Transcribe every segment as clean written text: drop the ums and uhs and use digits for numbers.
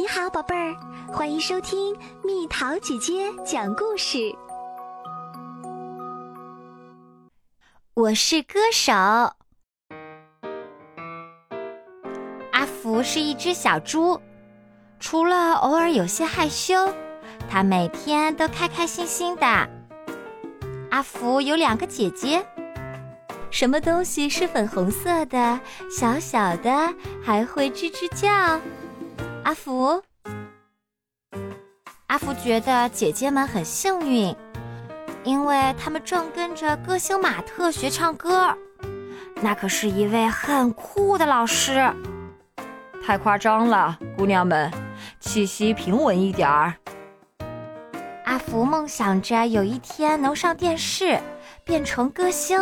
你好，宝贝儿，欢迎收听蜜桃姐姐讲故事。 我是歌手。阿福是一只小猪，除了偶尔有些害羞，他每天都开开心心的。阿福有2个姐姐，什么东西是粉红色的，小小的，还会吱吱叫？阿福觉得姐姐们很幸运，因为他们正跟着歌星马特学唱歌，那可是一位很酷的老师。 太夸张了，姑娘们，气息平稳一点儿。 阿福梦想着有一天能上电视，变成歌星。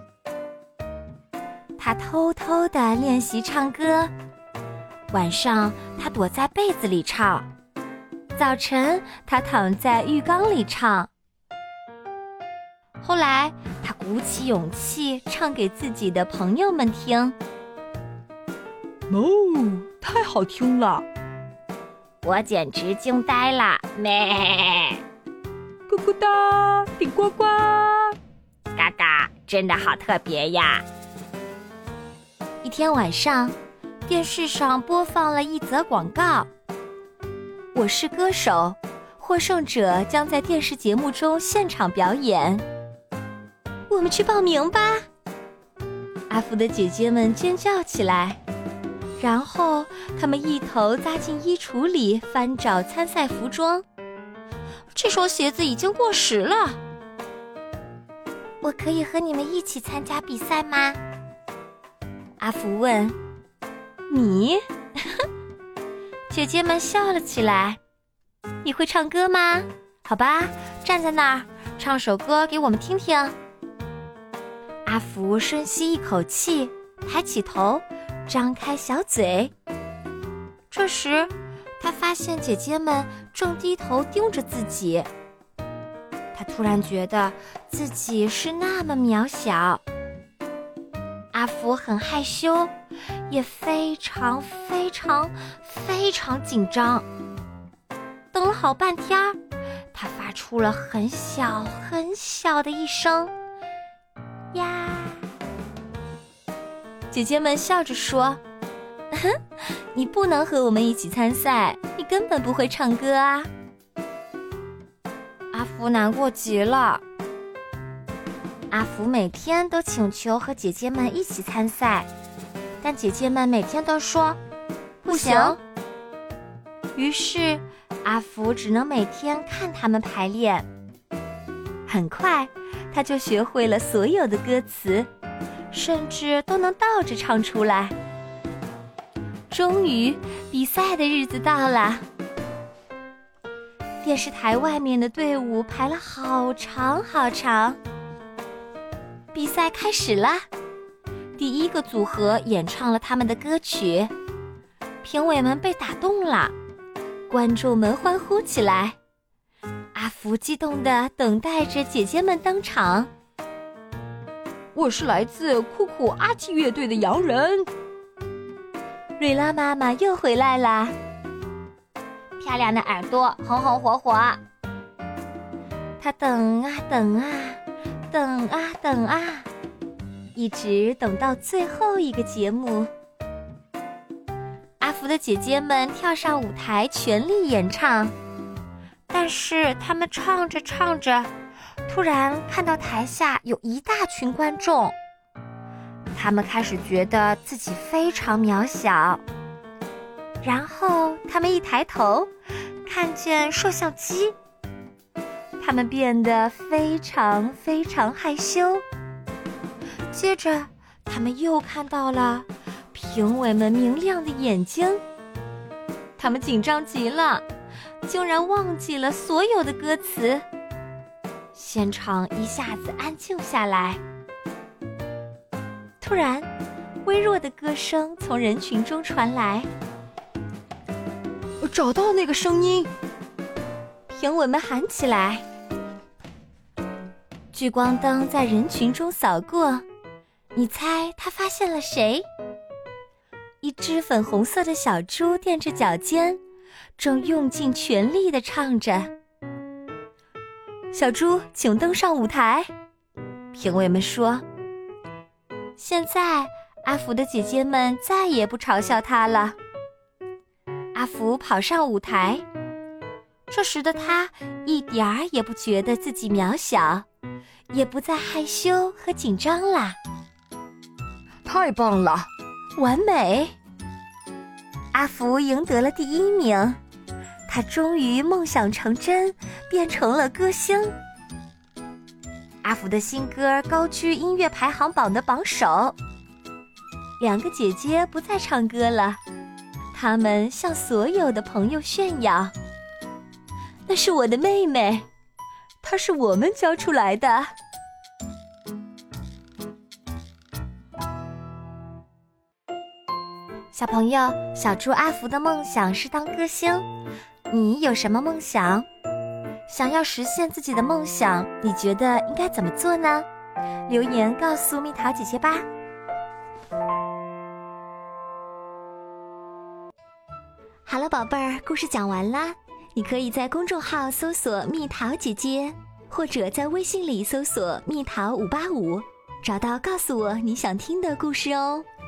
他偷偷地练习唱歌，晚上他躲在被子里唱，早晨他躺在浴缸里唱。后来他鼓起勇气唱给自己的朋友们听。 太好听了， 我简直惊呆了，咩！ 咕咕哒，顶呱呱， 嘎嘎，真的好特别呀！一天晚上，电视上播放了一则广告。我是歌手，获胜者将在电视节目中现场表演。我们去报名吧！阿福的姐姐们尖叫起来，然后他们一头扎进衣橱里翻找参赛服装。这双鞋子已经过时了。我可以和你们一起参加比赛吗？阿福问。你？姐姐们笑了起来。你会唱歌吗？好吧，站在那儿，唱首歌给我们听听。阿福深吸一口气，抬起头，张开小嘴。这时他发现姐姐们正低头盯着自己，他突然觉得自己是那么渺小。阿福很害羞，也非常紧张。等了好半天，他发出了很小的一声呀。姐姐们笑着说，你不能和我们一起参赛，你根本不会唱歌啊。阿福难过极了。阿福每天都请求和姐姐们一起参赛，但姐姐们每天都说不行。于是阿福只能每天看他们排练。很快他就学会了所有的歌词，甚至都能倒着唱出来。终于比赛的日子到了，电视台外面的队伍排了好长。比赛开始了，第1个组合演唱了他们的歌曲，评委们被打动了，观众们欢呼起来。阿福激动地等待着姐姐们登场。 我是来自酷酷阿基乐队的洋人。 瑞拉妈妈又回来啦，漂亮的耳朵红红火火。她等啊，一直等到最后一个节目。阿福的姐姐们跳上舞台全力演唱，但是他们唱着，突然看到台下有一大群观众，他们开始觉得自己非常渺小。然后他们一抬头，看见摄像机，他们变得非常害羞。接着他们又看到了评委们明亮的眼睛，他们紧张极了，竟然忘记了所有的歌词。现场一下子安静下来。突然，微弱的歌声从人群中传来。 找到那个声音！ 评委们喊起来。聚光灯在人群中扫过，你猜他发现了谁？一只粉红色的小猪踮着脚尖， 正用尽全力地唱着。小猪，请登上舞台。评委们说，现在阿福的姐姐们再也不嘲笑他了。阿福跑上舞台，这时的他一点儿也不觉得自己渺小，也不再害羞和紧张啦。 太棒了， 完美！阿福赢得了第1名，他终于梦想成真，变成了歌星。阿福的新歌高居音乐排行榜的榜首。2个姐姐不再唱歌了，她们向所有的朋友炫耀，那是我的妹妹，她是我们教出来的。小朋友，小猪阿福的梦想是当歌星，你有什么梦想？想要实现自己的梦想，你觉得应该怎么做呢？留言告诉蜜桃姐姐吧。 好了，宝贝儿，故事讲完啦。你可以在公众号搜索蜜桃姐姐，或者在微信里搜索蜜桃585，找到告诉我你想听的故事哦。